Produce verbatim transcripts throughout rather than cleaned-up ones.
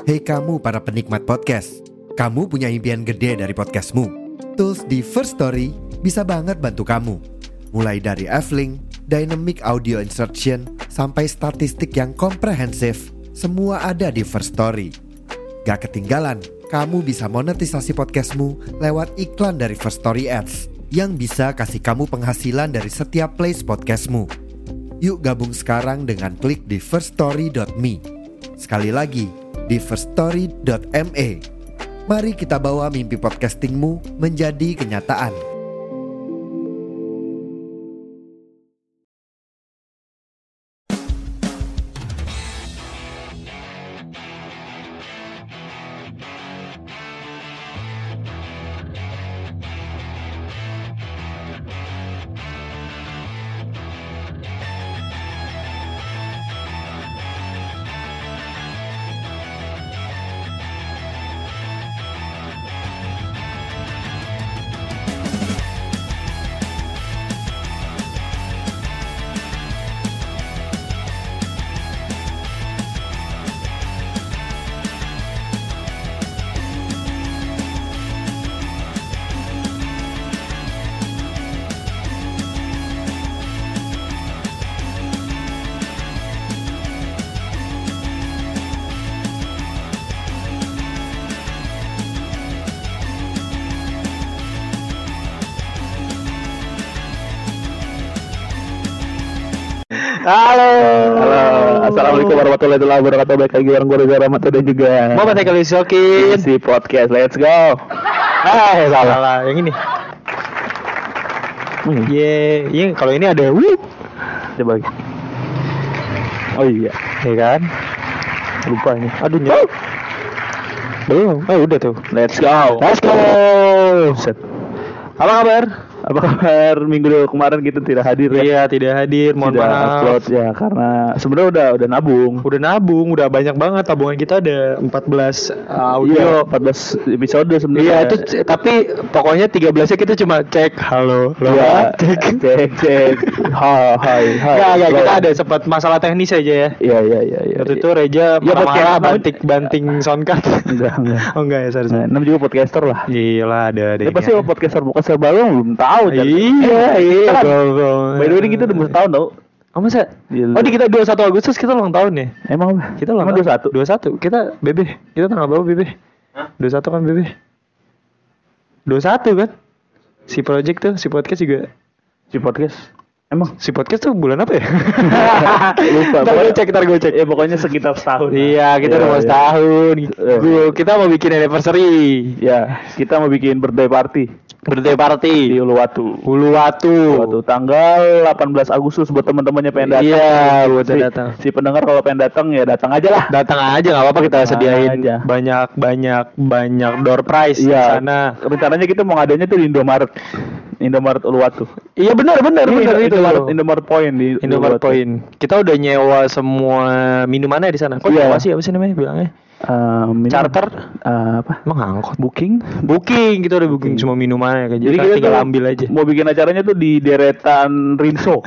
Hei kamu para penikmat podcast, kamu punya impian gede dari podcastmu. Tools di First Story bisa banget bantu kamu. Mulai dari F-Link, Dynamic Audio Insertion, sampai statistik yang komprehensif, semua ada di First Story. Gak ketinggalan, kamu bisa monetisasi podcastmu lewat iklan dari First Story Ads yang bisa kasih kamu penghasilan dari setiap plays podcastmu. Yuk gabung sekarang dengan klik di first story dot me. Sekali lagi, di first story dot me. Mari kita bawa mimpi podcastingmu menjadi kenyataan. Halo. Halo. Assalamualaikum warahmatullahi wabarakatuh. Baik lagi bareng gue Reza Rahmat dan juga Muhammad Eka Lisokin. si podcast. Let's go. Eh salah. salah. Yang ini. Hmm. Ye, yeah. Kalau ini ada wuh. Coba. Oh iya. Ya kan? Lupa ini. Aduh nyet. Oh. Belum. Oh udah tuh. Let's go. Let's go. Set. Apa kabar? Apa kabar? Minggu kemarin kita tidak hadir ya? Iya tidak hadir. Mohon tidak maaf. upload ya karena sebenarnya udah udah nabung. Udah nabung, udah banyak banget tabungan kita ada empat belas audio. Iya, empat belas episode sebenarnya. Iya itu c- tapi pokoknya tiga belasnya kita cuma cek halo, halo, Ya, cek. cek cek. Hai hai hai. Enggak, enggak, kita ada sempat masalah teknis aja ya. Iya iya iya iya. Waktu itu Reja Ya, marah-marah podcast- banting-banting soundcard. Enggak enggak. Oh enggak ya, sorry. Nah, namanya juga podcaster lah. Iya lah, ada ada. Ya pasti podcaster podcaster baru belum tahu. Jar. Iya, iya. Kan, Go, go. by the way, kita udah mau setahun tau. Oh masa? Gila. Oh di kita dua puluh satu Agustus kita ulang tahun ya? Emang apa? Kita ulang Emang dua puluh satu? dua puluh satu. Kita B B. Kita tanggal berapa B B? Hah? dua puluh satu kan B B. dua puluh satu kan? Si project tuh, si podcast juga. Si podcast. Emang? Si podcast tuh bulan apa ya? Lupa. Ntar gue cek, ntar gue cek. Ya pokoknya sekitar setahun. Iya, kita Ya, udah mau ya. setahun. Eh. Gue, kita mau bikin anniversary. Ya, kita mau bikin birthday party Birthday di party. Uluwatu. Uluwatu. Uluwatu tanggal delapan belas Agustus buat teman-temannya pengen datang. Iya, buat si, datang. Si pendengar kalau pengen datang ya datang aja lah. Datang aja nggak apa-apa, kita Datang sediain aja. banyak banyak banyak door prize di Iya. sana. Rencananya kita mau ngadainnya tuh di Indomaret. Indomaret Uluwatu. Iya benar benar Ini benar itu. Indomaret, Indomaret Point di Indomaret Uluwatu. Point. Kita udah nyewa semua minumannya di sana. Kok Iya. nyewa sih, apa sih namanya bilangnya? Uh, minum- Charter? Uh, apa? Emang angkot. Booking? Booking, kita udah booking semua minumannya kan. Jadi, Jadi kita kita tinggal tuh ambil aja. mau bikin acaranya tuh di deretan Rinso.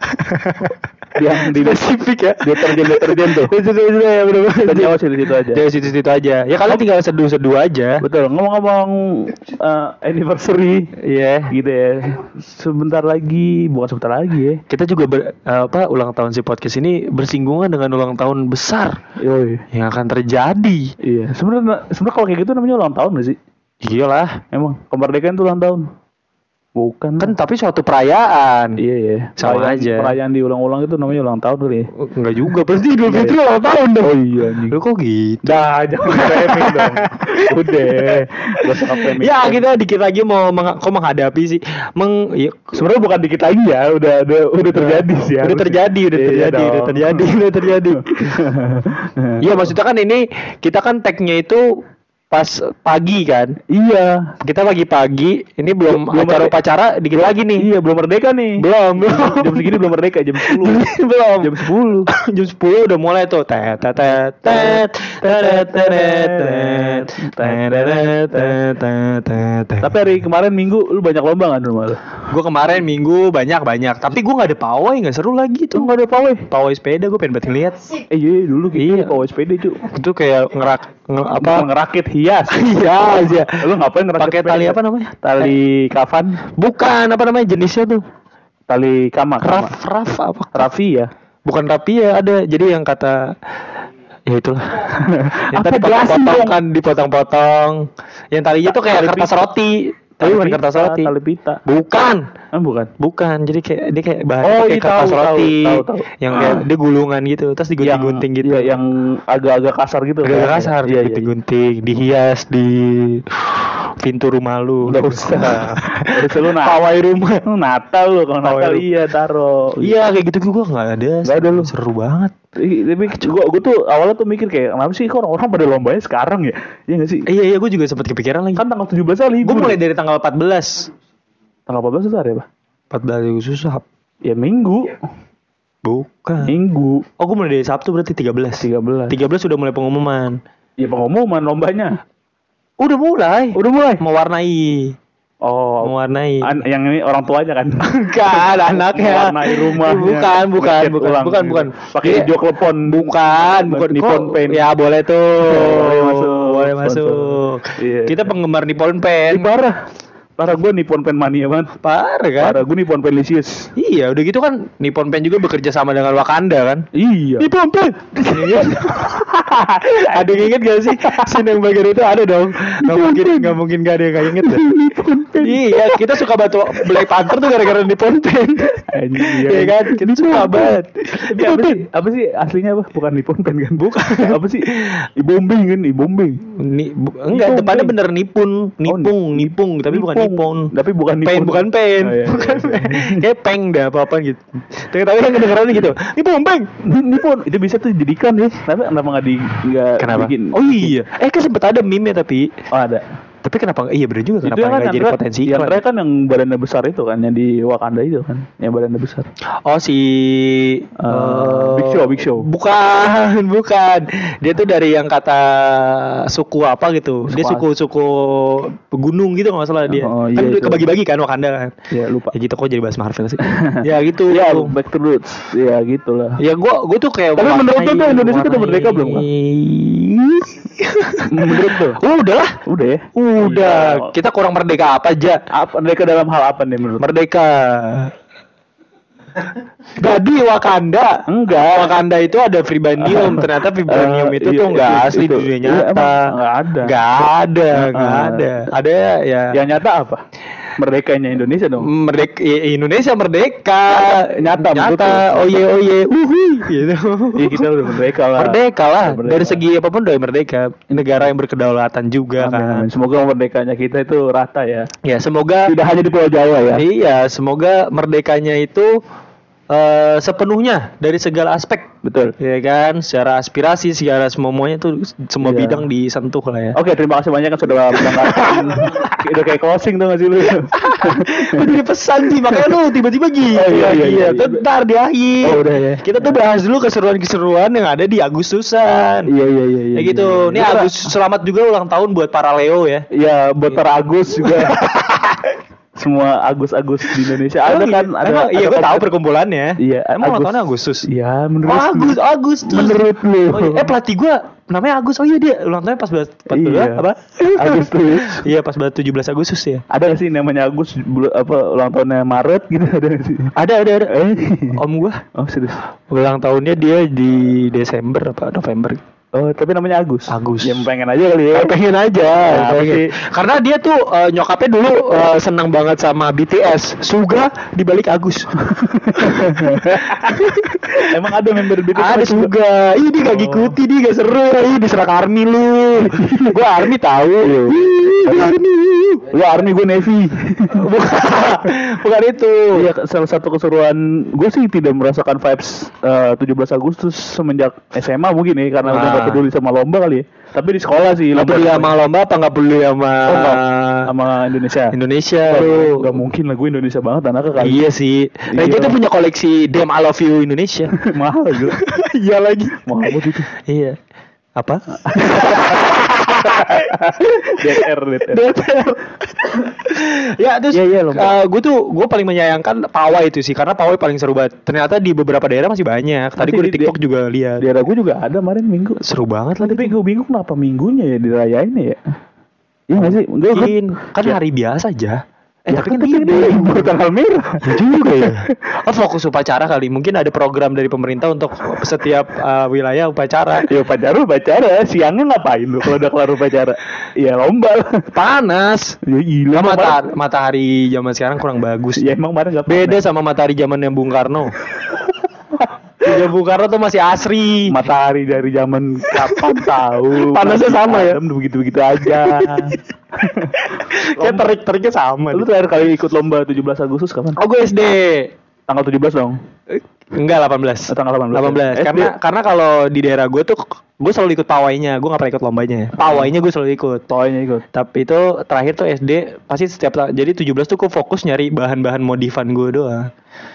Yang di Spesifik ya. deterjen deterjen tuh. Itu itu ya benar. Kita nyawa di situ aja. Dari situ-situ aja. Ya kalian tinggal seduh-seduh aja. Betul. Ngomong-ngomong uh, anniversary, Iya. gitu ya. Sebentar lagi, bukan sebentar lagi ya. Kita juga ber- apa ulang tahun si podcast ini bersinggungan dengan ulang tahun besar Yoi. yang akan terjadi. Iya. Sebenarnya sebenarnya kalau kayak gitu namanya ulang tahun gak sih? Iyalah. Emang kemerdekaan tuh ulang tahun. Bukan Kan tapi suatu perayaan. Iya ya. Sama perayaan, aja. Perayaan diulang-ulang itu namanya ulang tahun kali ya. Enggak juga, berarti Idul Fitri ulang tahun dong. Oh iya nih. Lu kok gitu? Dah, jangan framing dong. Udah. Gak usah framing. Ya kita dikit lagi mau meng- kok menghadapi sih. Meng ya, Sebenarnya bukan dikit lagi ya, udah udah udah terjadi sih. udah terjadi, udah Iya terjadi, dong. udah terjadi, udah terjadi. Iya maksudnya kan ini kita kan tag-nya itu pas pagi kan. Iya. Kita pagi-pagi, ini belum, Belum acara upacara dikit lagi nih. Iya, belum merdeka nih. Belum, belum. Jam segini belum merdeka, jam sepuluh. belum. Jam sepuluh. Jam sepuluh udah mulai tuh. Tet tet tet tet tet tet tet tet tet tet. Tapi hari kemarin Minggu lu banyak lomba kan di rumah lu? Gue kemarin minggu banyak-banyak, tapi gue nggak ada pawai, nggak seru lagi tuh. Enggak ada pawai. Pawai sepeda gue pengen banget ngeliat. Eh iya dulu Iya. kita pawai sepeda itu. Itu kayak ngerak nge- apa? Apa ngerakit hias. Iya aja. Lu ngapain ngerakit Pakai sepeda? tali apa namanya? Tali kafan, Bukan, apa namanya jenisnya tuh? tali kama. Raf, kama. raf apa? Raffi ya. Bukan rapi ya, ada. Jadi yang kata ya itulah. Yang Apa tadi jelasin potong dong? kan dipotong-potong. Yang talinya tuh kayak Tali kertas pita. roti. Tapi Tali bukan pita, kertas roti. Tali pita. Bukan. Ah, bukan. Bukan, jadi kayak dia kayak bahan Oh, kayak iya, kertas tahu, roti, tahu, tahu, tahu. yang kayak dia gulungan gitu, terus digunting-gunting gitu. Iya, yang agak-agak kasar gitu. Agak kan? kasar, Iya, iya. digunting-gunting, dihias di pintu rumah lu. Nggak usah. Udah selalu Natal. Pawai rumah. Lu Natal lu, kalau Pawai Natal rumah. iya taruh. Iya kayak gitu gua nggak ada. Nggak ada lu. Seru banget. Ih, Tapi gua gua tuh awalnya tuh mikir kayak kenapa sih kok orang-orang pada lombanya sekarang ya? Iya enggak sih? Iya iya gua juga sempat kepikiran lagi. Kan tanggal tujuh belas libur. Gua mulai dari tanggal empat belas. tanggal empat belas itu hari apa? empat belas Agustus Sab- Ya Minggu. Bukan. Minggu Oh gua mulai dari Sabtu berarti tiga belas. tiga belas. tiga belas sudah mulai pengumuman. Ya pengumuman lombanya. Udah mulai. Udah mulai. Mewarnai. Oh, Mewarnai. an- yang ini orang tuanya kan. Bukan, anaknya. Mewarnai rumahnya. Bukan, bukan, Ngecat bukan, ulang bukan, gitu. bukan. Pakai Iya. hijau klepon. Bukan, bukan Nippon Kok- Paint. Ya boleh tuh. Boleh masuk. Boleh Sponsor. masuk. Iya. Kita penggemar Nippon Ih, Paint. parah. Parah gue Nippon Paint mania banget. Parah kan? Parah gue Nippon Paint Licious. Iya, udah gitu kan Nippon Paint juga bekerja sama dengan Wakanda kan? Iya. Nippon Paint. Ada yang inget gak sih? Scene yang bagian itu ada dong. Gak mungkin, gak mungkin gak ada yang gak inget deh. Iya, kita suka bantu Black Panther tuh gara-gara Nippon Paint. Anjir. Iya kan? Kita suka banget. Tapi apa sih? Apa sih aslinya apa? Bukan Nippon Paint kan? Bukan. Apa sih? Ibombing kan? Ibombing. Ni, bu- enggak, Nippon depannya Paint. bener nipun, nipung, nipung, tapi bukan nipon. Tapi bukan Nippon. Pen, bukan pen. Oh, iya, Bukan iya, iya. pen. Kayak peng dah apa-apa gitu. Tapi tapi yang kedengeran gitu. Nipun, peng. Nippon itu bisa tuh jadikan ya. Tapi kenapa nggak di nggak bikin? Oh iya. Eh kan sempet ada meme ya tapi. Oh ada. Tapi kenapa? Iya bener juga. Itu Kenapa yang kan nggak jadi yang potensi yang iklan? terakhir kan yang badannya besar itu kan, yang di Wakanda itu kan, yang badannya besar. Oh si Uh, Big Show, Big Show. Bukan, bukan. Dia tuh dari yang kata suku apa gitu. Dia Suku- suku-suku gunung gitu nggak salah dia. Oh, kan iya, dia itu. kebagi-bagi kan Wakanda kan. Ya lupa. Ya gitu kok jadi bahas Marvel sih. ya gitu. Ya back to roots. Ya gitulah. Ya gua gua tuh kayak Tapi menurut lu tuh mewarnai- Indonesia tuh udah merdeka belum, kan? Menurut lu? Oh, udah lah. Udah ya. Udah. Iya. Kita kurang merdeka apa aja? Apa merdeka dalam hal apa nih menurut? Merdeka. Jadi Wakanda. Enggak. Wakanda itu ada vibranium. Ternyata vibranium Eh, itu iya, tuh nggak itu- asli itu. di dunia Iya, nyata. emang nggak ada. Nggak ada. Nggak Eh. ada. Ada ya. Yang nyata apa? Merdekanya Indonesia dong. Merdeka Indonesia merdeka. Nyata, nyata. betul. Oh ye oh ye. Uhui gitu. Iya kita udah merdeka lah. Merdeka lah. Udah merdeka. Dari segi apapun udah merdeka. Negara yang berkedaulatan juga Amin, kan. amin. Semoga merdekanya kita itu rata ya. Ya semoga. Tidak hanya di Pulau Jawa ya. Iya, semoga merdekanya itu eh, sepenuhnya dari segala aspek, Betul. ya kan? Secara aspirasi, segala semuanya tuh semua Iya. bidang disentuh lah ya. Oke, terima kasih banyak kan sudah mendengarkan. Udah kayak closing tuh nggak sih lu? Gue jadi pesan sih, makanya lu tiba-tiba gitu. Oh, iya, iya, iya. Tuh, ntar di akhir. Oh, udah, ya. Kita tuh bahas dulu keseruan-keseruan yang ada di Agustusan. Iya iya iya. Ya gitu. Ini Iya. Agus selamat juga ulang tahun buat para Leo ya. Ya, buat para Agus juga. Semua Agus-Agus di Indonesia ada Emang kan? iya? Ada. Emang, iya, ada gue tahu konten- perkumpulannya. Iya, Emang ulang Agus. tahunnya Agustus. Iya, menurut Oh, lu. Agus, Agustus. Menurut lu. Oh, iya. Eh pelatih gua namanya Agus. Oh iya dia ulang tahunnya pas bulan pas Iya. bulan apa? Agustus. Iya pas bulan tujuh belas Agustus ya. Ada nggak sih namanya Agus bul- apa ulang tahunnya Maret gitu ada nggak sih? Ada ada ada. Eh. Om gua Oh serius. ulang tahunnya dia di Desember apa November. Oh tapi namanya Agus. Agus. Ya pengen aja kali ya. Pengen aja. Ya, pengen. sih. Karena dia tuh eh, nyokapnya dulu eh, senang banget sama B T S. Suga dibalik Agus. Emang ada member B T S? Ada Suga. Ih dia gak Oh. ngikuti, dia gak seru. Ih diserak Army lu. Gua Army tahu. Ih, gua Army. Lu Army gue Navy. Bukan, bukan itu. Iya salah satu keseruan gue sih tidak merasakan vibes eh, tujuh belas Agustus semenjak S M A mungkin ya karena udah Ah, nggak peduli sama lomba kali ya. Tapi di sekolah sih. Nggak peduli sama lomba apa nggak peduli sama Oh, nggak. Sama Indonesia. Indonesia. Aduh, nggak mungkin lah gue Indonesia banget anaknya kali. Iya sih. Nah, Iya. dia tuh punya koleksi Damn I Love You Indonesia. Mahal gitu. Iya lagi. Mahal banget itu. Iya. Apa? D R D R. Ya terus Iya, iya, lomba. gue tuh gue paling menyayangkan pawai itu sih karena pawai paling seru banget. Ternyata di beberapa daerah masih banyak. Tadi Masih gue di di- TikTok juga lihat. Di daerah gue juga ada kemarin minggu. Seru banget lah. Tapi gue bingung kenapa minggunya ya dirayain ya. Iya nggak sih? Gue Mungkin kan Ya. hari biasa aja. Eh Ya tapi kan kan ini libur. libur tanggal merah. Ya juga ya. Oh fokus upacara kali. Mungkin ada program dari pemerintah untuk setiap uh, wilayah upacara. Ya upacara upacara siangnya ngapain lu kalau udah kelar upacara? Ya lomba lah. Panas. Ya gila Nah, mata, kemarin- matahari zaman sekarang kurang bagus. Ya emang kemarin nggak Beda sama matahari zamannya Bung Karno. Ya Bung Karno tuh masih asri. matahari dari zaman kapan tahu. Panasnya Masih sama ya? adem, begitu-begitu aja. Kayak terik-teriknya sama. Lu terakhir kali ikut lomba tujuh belas Agustus kapan? Oh gue S D. Tanggal tujuh belas dong. Enggak delapan belas. Oh, tanggal delapan belas. delapan belas. S D. Karena karena kalau di daerah gue tuh gue selalu ikut pawainya. Gue nggak pernah ikut lombanya. Pawainya gue selalu ikut. Toynya ikut. Tapi itu terakhir tuh S D pasti setiap ta- jadi tujuh belas tuh gue fokus nyari bahan-bahan modifan gue doang.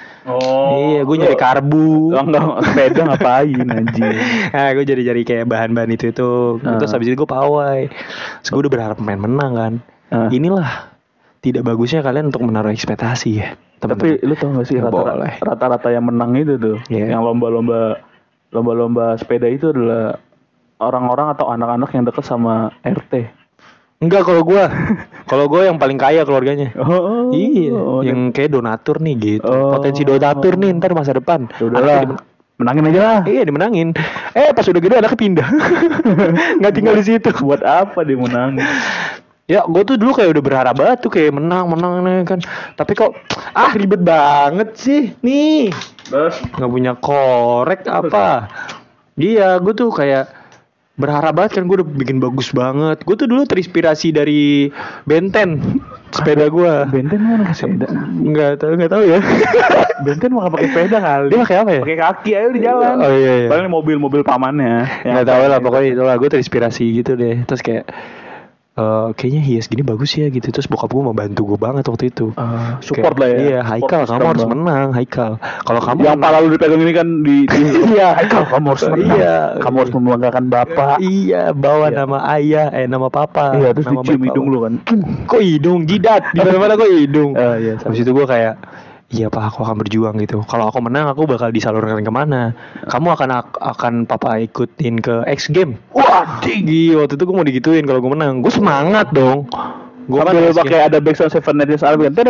Oh. Iya, gue nyari karbu. Oh, enggak, sepeda ngapain anjing. Nah, gue jadi cari kayak bahan-bahan itu itu. Ah. Terus habis itu gue pawai. Terus gue udah berharap main menang kan. Ah. Inilah tidak bagusnya kalian untuk menaruh ekspektasi ya. Tapi teman-teman. lu tau gak sih Ya, rata-rata, boleh. rata-rata yang menang itu tuh, Iya. yang lomba-lomba lomba-lomba sepeda itu adalah orang-orang atau anak-anak yang dekat sama R T. Enggak kalau gue, kalau gue yang paling kaya keluarganya. Oh, Iya, oh, yang kayak donatur nih gitu. Oh. Potensi donatur nih ntar masa depan. ya udahlah, Anaknya dimen- menangin aja lah. Iya dimenangin. Eh pas udah gede anaknya pindah. Nggak tinggal di situ. Buat apa dia menangin? Ya gue tuh dulu kayak udah berharap banget tuh kayak menang menang nih kan. Tapi kok ah ribet banget sih nih. Terus Nggak punya korek apa? Iya gue tuh kayak berharap banget kan gue udah bikin bagus banget. Gue tuh dulu terinspirasi dari Benten sepeda gue. Benten mana pakai sepeda? Nggak tahu nggak tahu ya. Benten mah pakai sepeda kali. Dia pakai apa ya? Pakai kaki aja di jalan. Oh iya iya. Paling mobil-mobil pamannya. Nggak tahu lah pokoknya itulah gue terinspirasi gitu deh. Terus kayak eh, kayaknya hias gini bagus ya gitu. Terus bokap gue mau bantu gue banget waktu itu. Ah, support Kayak, lah ya. Iya, Support Haikal system kamu harus bang. menang, Haikal. Kalau kamu Yang pala lu dipegang ini kan di, di Iya. Haikal kamu harus menang. Iya. Kamu harus membanggakan bapak. Iya, bawa Iya. nama ayah, eh nama papa. Iya, terus nama dicium bapak. hidung lu kan. Kok hidung, jidat. Di mana-mana kok hidung. Eh, iya, Habis itu gue kayak, iya pak, aku akan berjuang gitu. Kalau aku menang, aku bakal disalurkan kemana? Kamu akan akan papa ikutin ke X Game. Wah, tinggi. Waktu itu gue mau digituin kalau gue menang. Gue semangat dong. Gue kan Sambil X Game. pakai ada background Seven Nation Army kan.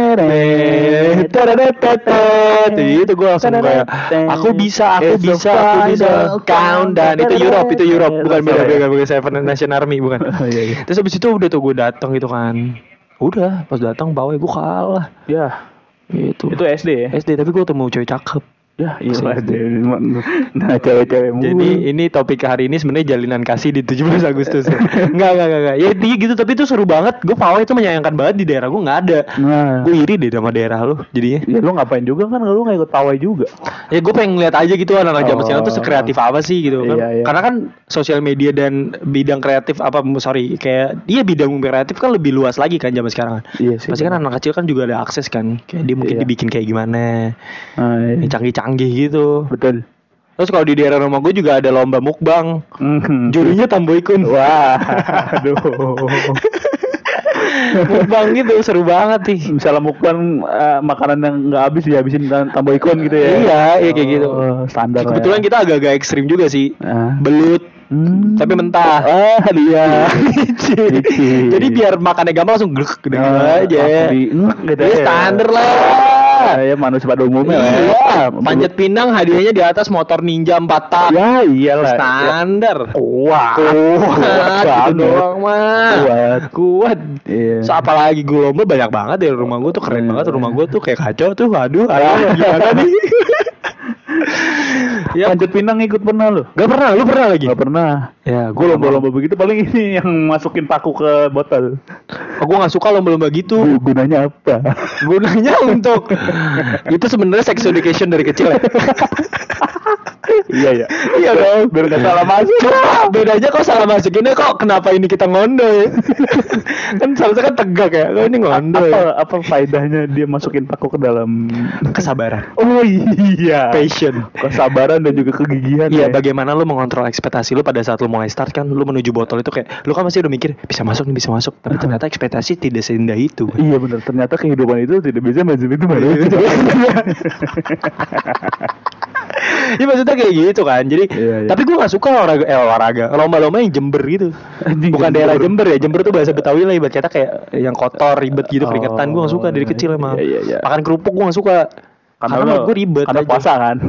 Eh, tadadadadad. Itu gue langsung kayak aku bisa, aku It's bisa, a aku bisa final countdown. Itu Europe, itu Europe, bukan beda Sorry. beda bukan Seven Nation Army bukan. Oh, iya, iya. Terus habis itu udah tuh gue datang gitu kan. Udah, pas datang bawa gue kalah. Ya, Gitu. itu S D ya. S D tapi gue ketemu cewek cakep. Ya, iya Masih S S D. D. Nah, cewek-cewek mulu. Jadi ini topik hari ini sebenarnya jalinan kasih di tujuh belas Agustus. Enggak, enggak, enggak, enggak. Ya intinya gitu, tapi itu seru banget. Gue pawai itu menyayangkan banget di daerah gue nggak ada. Nah, Gue iri deh sama daerah lu jadinya. ya lu ngapain juga kan, lu nggak ikut pawai juga. Ya gue pengen ngeliat aja gitu anak-anak zaman Oh. sekarang tuh sekreatif apa sih gitu kan. Iya, iya. Karena kan sosial media dan bidang kreatif apa sorry kayak dia bidang kreatif kan lebih luas lagi kan zaman sekarang kan. Iya sih. Pasti kan anak kecil kan juga ada akses kan. Kayak dia mungkin Iya. dibikin kayak gimana. Nah, iya. Yang canggih-canggih gitu. Betul. Terus kalau di daerah rumah gue juga ada lomba mukbang. Mhm. Jurinya Tamboikun. Wah, aduh. Mukbang gitu seru banget nih. Misalnya mukbang eh, makanan yang nggak habis dihabisin tan- tambah ikon gitu ya. Iya, iya kayak gitu. Oh, standar lah Kebetulan ya. kita agak-agak ekstrim juga sih. Ah. Belut, Hmm. tapi mentah. Ah, dia. Jadi biar makannya gampang langsung gluk gitu Ah, aja. langsung di ngek gitu Ya ya. standar lah. Ah, ya manusia pada umumnya lah. ya. Iya, Panjat Pinang hadiahnya di atas motor Ninja empat tak. Ya iyalah. Standar. Kuat. Kuat, gitu banget. doang mah. Kuat. Kuat. Iya. So, apalagi gue lomba banyak banget ya rumah gue tuh keren Iya. banget rumah gue tuh kayak kacau tuh. Aduh, aduh gimana nih? Ya, Panjat Pinang ikut pernah lu? gak pernah, lu pernah lagi? Gak pernah. Ya, Gue lomba-lomba begitu paling ini yang masukin paku ke botol. Gue gak suka lomba-lomba gitu. Gunanya apa? Gunanya untuk itu sebenarnya sex education dari kecil ya. Iya ya. Iya dong. Biar gak salah masuk. Bedanya kok salah masukinnya kok kenapa ini kita ngondo ya? Kan seharusnya kan tegak ya. Kok ini ngondo Apa ya? apa faedahnya dia masukin paku ke dalam Kesabaran, Oh iya. passion. Kesabaran dan juga kegigihan. Iya, ya. bagaimana lu mengontrol ekspektasi lu pada saat lu mulai start kan, lu menuju botol itu kayak lu kan masih udah mikir bisa masuk nih bisa masuk, tapi ternyata ekspektasi tidak seindah itu. Iya benar. Ternyata kehidupan itu tidak bisa macam itu mana. Ya maksudnya kayak gitu kan. Jadi Iya, iya. tapi gue gak suka olahraga eh olahraga lomba-lomba yang Jember gitu. Anjing, Bukan Jember. daerah Jember ya. Jember tuh bahasa Betawi lah ibarat kata kayak yang kotor ribet gitu, keringetan. Gue gak suka dari kecil emang. Iya, iya, iya. Makan kerupuk gue gak suka. Karena menurut gue ribet Karena aja. puasa kan.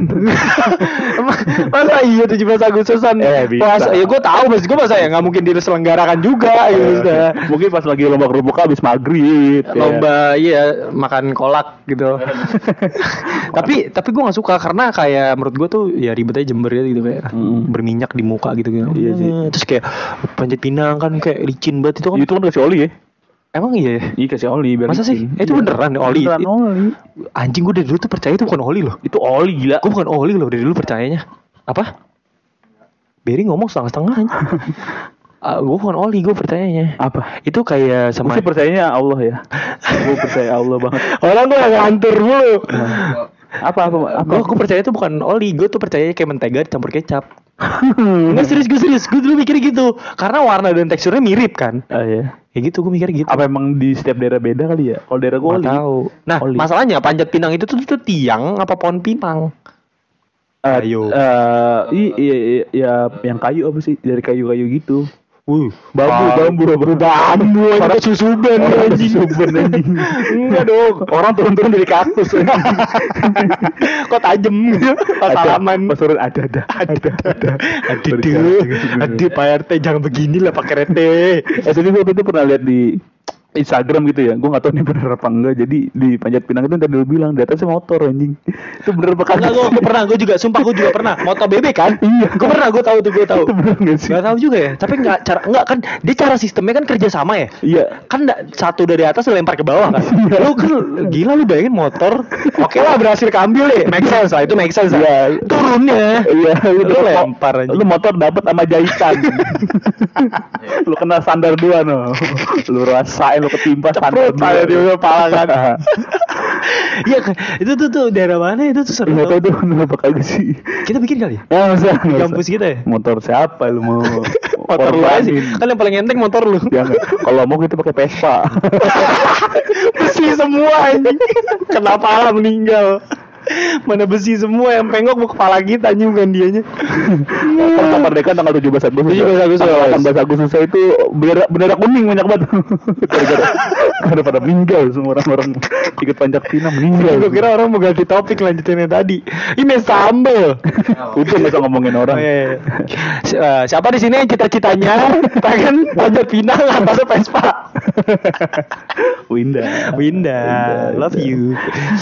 Masa iya tujuh belas Agustusan Eh, bisa. puasa. Ya gue tahu maksud gue masa ya gak mungkin diselenggarakan juga gitu. Sudah. Mungkin pas lagi lomba kerupuk habis maghrib. ya. Lomba iya makan kolak gitu. tapi tapi gue nggak suka karena kayak menurut gue tuh ya ribet aja Jember ya gitu kayak Mm. berminyak di muka gitu gitu. Iya sih. Terus kayak panjat pinang kan kayak licin banget itu kan. Itu kan kasih oli ya. Emang iya ya? Iya kasih oli biar Masa sih? licin. Eh, itu Iya. beneran oli? Beneran It- oli. Anjing gue dari dulu tuh percaya itu bukan oli loh. Itu oli gila. Gue bukan oli loh dari dulu percayanya. Apa? Berry ngomong setengah-setengah aja. Ah, gue bukan oli gue percayanya. Apa? Itu kayak Gue sama sih percayanya Allah ya. Gue percaya Allah banget. orang gue yang ngantur mulu. Apa apa apa? Gue gue percaya itu bukan oli, gue tuh percaya kayak mentega dicampur kecap. Nggak serius gue serius, gue dulu mikir gitu. Karena warna dan teksturnya mirip kan. Ah ya. Ya gitu gue mikir gitu. Apa emang di setiap daerah beda kali ya? Kalau daerah gue Nggak oli. tahu. Nah Oli. masalahnya panjat pinang itu tuh, tuh tiang apa pohon pinang? Eh, Kayu. eh, i- iya iya ya yang kayu apa sih? Dari kayu-kayu gitu. Wuh, Bambu, bambu, bambu, bambu, Orang itu susuban Orang anjing. susuban anjing. Enggak dong. Orang turun-turun dari kaktus. Kok tajem pas Ada. salaman. Pas turun ada ada ada ada. Aduh, aduh, Pak R T jangan begini lah pakai rete. Eh tadi gue waktu itu pernah lihat di Instagram gitu ya, gue nggak tahu ini bener apa enggak. Jadi di Panjat Pinang itu tadi lu bilang di atasnya motor anjing. Itu bener apa Enggak, gue, gue pernah, gue juga, sumpah gue juga pernah. Moto bebek kan? Iya. Gue pernah, gue tahu tuh, gue tahu. Itu bener nggak sih? Gak tahu juga ya. Tapi nggak cara, nggak kan? Dia cara sistemnya kan kerja sama ya. Iya. Kan nggak- satu dari atas lempar ke bawah kan. Lu kan gila lu bayangin motor. Oke lah berhasil keambil deh. Make sense lah, itu make sense lah. Iya. Turunnya. Iya, Lu lempar aja. Lu motor dapat sama jahitan. Lu kena sandar dua no. Lu rasain lu ketimpa sandar Ceprut ada di kepala kan. Iya kan. Itu tuh tuh daerah mana itu tuh seru. Enggak tahu tau. tuh kenapa kagak sih. Kita bikin kali ya. Ya masa Di kampus kita ya. Motor siapa lu mau? Motor lu aja sih. korbanin? Kan yang paling enteng motor lu. Jangan. Kalau mau kita pakai Vespa. Besi semua anjing. Kenapa lah meninggal? Mana besi semua yang pengok mau kepala kita anjing bukan dianya. Kan kemerdekaan tanggal tujuh belas Agustus. tujuh belas Agustus. Tanggal delapan belas Agustus itu bendera bendera kuning banyak banget. Gara-gara gara pada meninggal semua orang-orang ikut Panjat Pinang meninggal. Gue kira orang mau ganti topik lanjutinnya tadi. Ini sambel. Udah nggak usah ngomongin orang. Oh, iya, iya. Si- eh, siapa di sini yang cita-citanya pengen Panjat Pinang atasnya Vespa? Winda. Winda, love you.